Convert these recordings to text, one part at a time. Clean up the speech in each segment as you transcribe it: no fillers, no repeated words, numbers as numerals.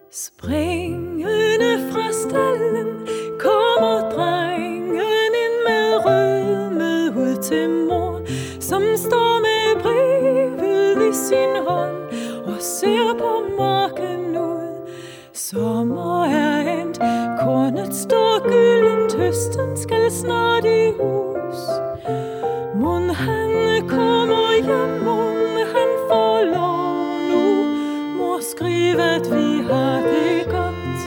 Springende fra stallen kommer drengen ind med rødme ud til mor, som står med brevet i sin hånd og ser på marken ud. Sommer er endt, kornet står gyldent, høsten skal snart i hus. Mon han kommer hjem, mon han får lov nu. Mor, skriv, at vi har det godt.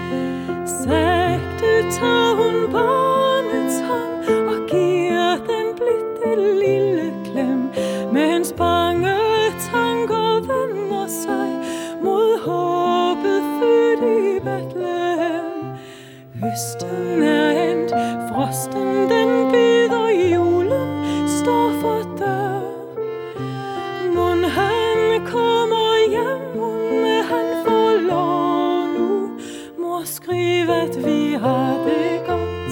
Sagte tager hun barnets hånd og giver den blidt et lille klem, mens bange tanker vender sig mod håbet født i Bethlehem. Høsten er endt, frosten den bider, julen står for dør. Mon han kommer hjem, mon han får lov nu. Mor, skriv, at vi har det godt.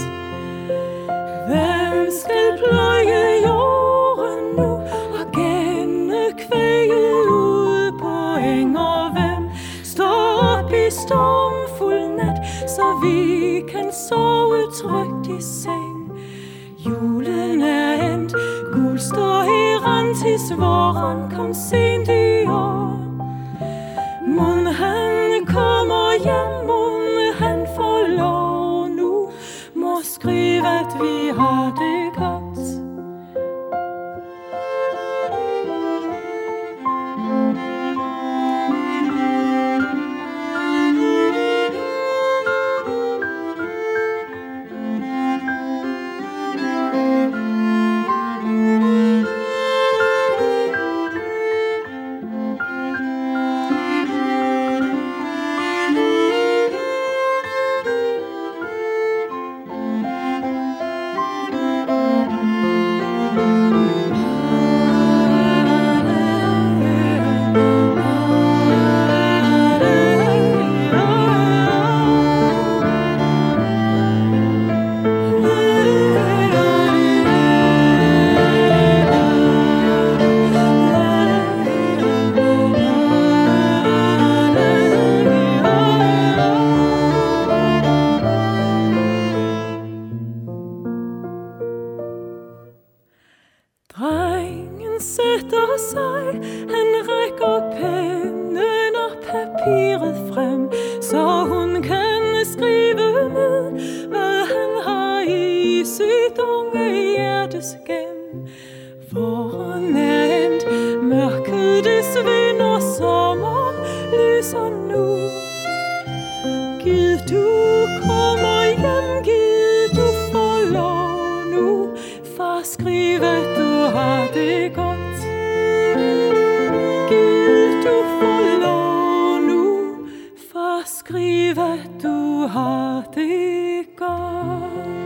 Hvem skal pløje jorden nu og genne kvæget ude på enger? Hvem står op i stormfuld nat, så vi kan sove trygt i seng? Julen er endt, gul står i Rantis, våren kom sent i år. Mon han kommer hjem, mon han får lov nu. Mor, skriv, at vi har det godt. Drengen sætter sig, han rækker pennen og papiret frem, så hun kan skrive ned, hvad han har i sit unge hjertes gem. Våren er endt, mørket det svinder, sommer lyser nu. Gid du kommer hjem, gid du får lov nu. Far, skriv, at du har det godt. Gid du får lov nu. Far, skriv, at du har det godt.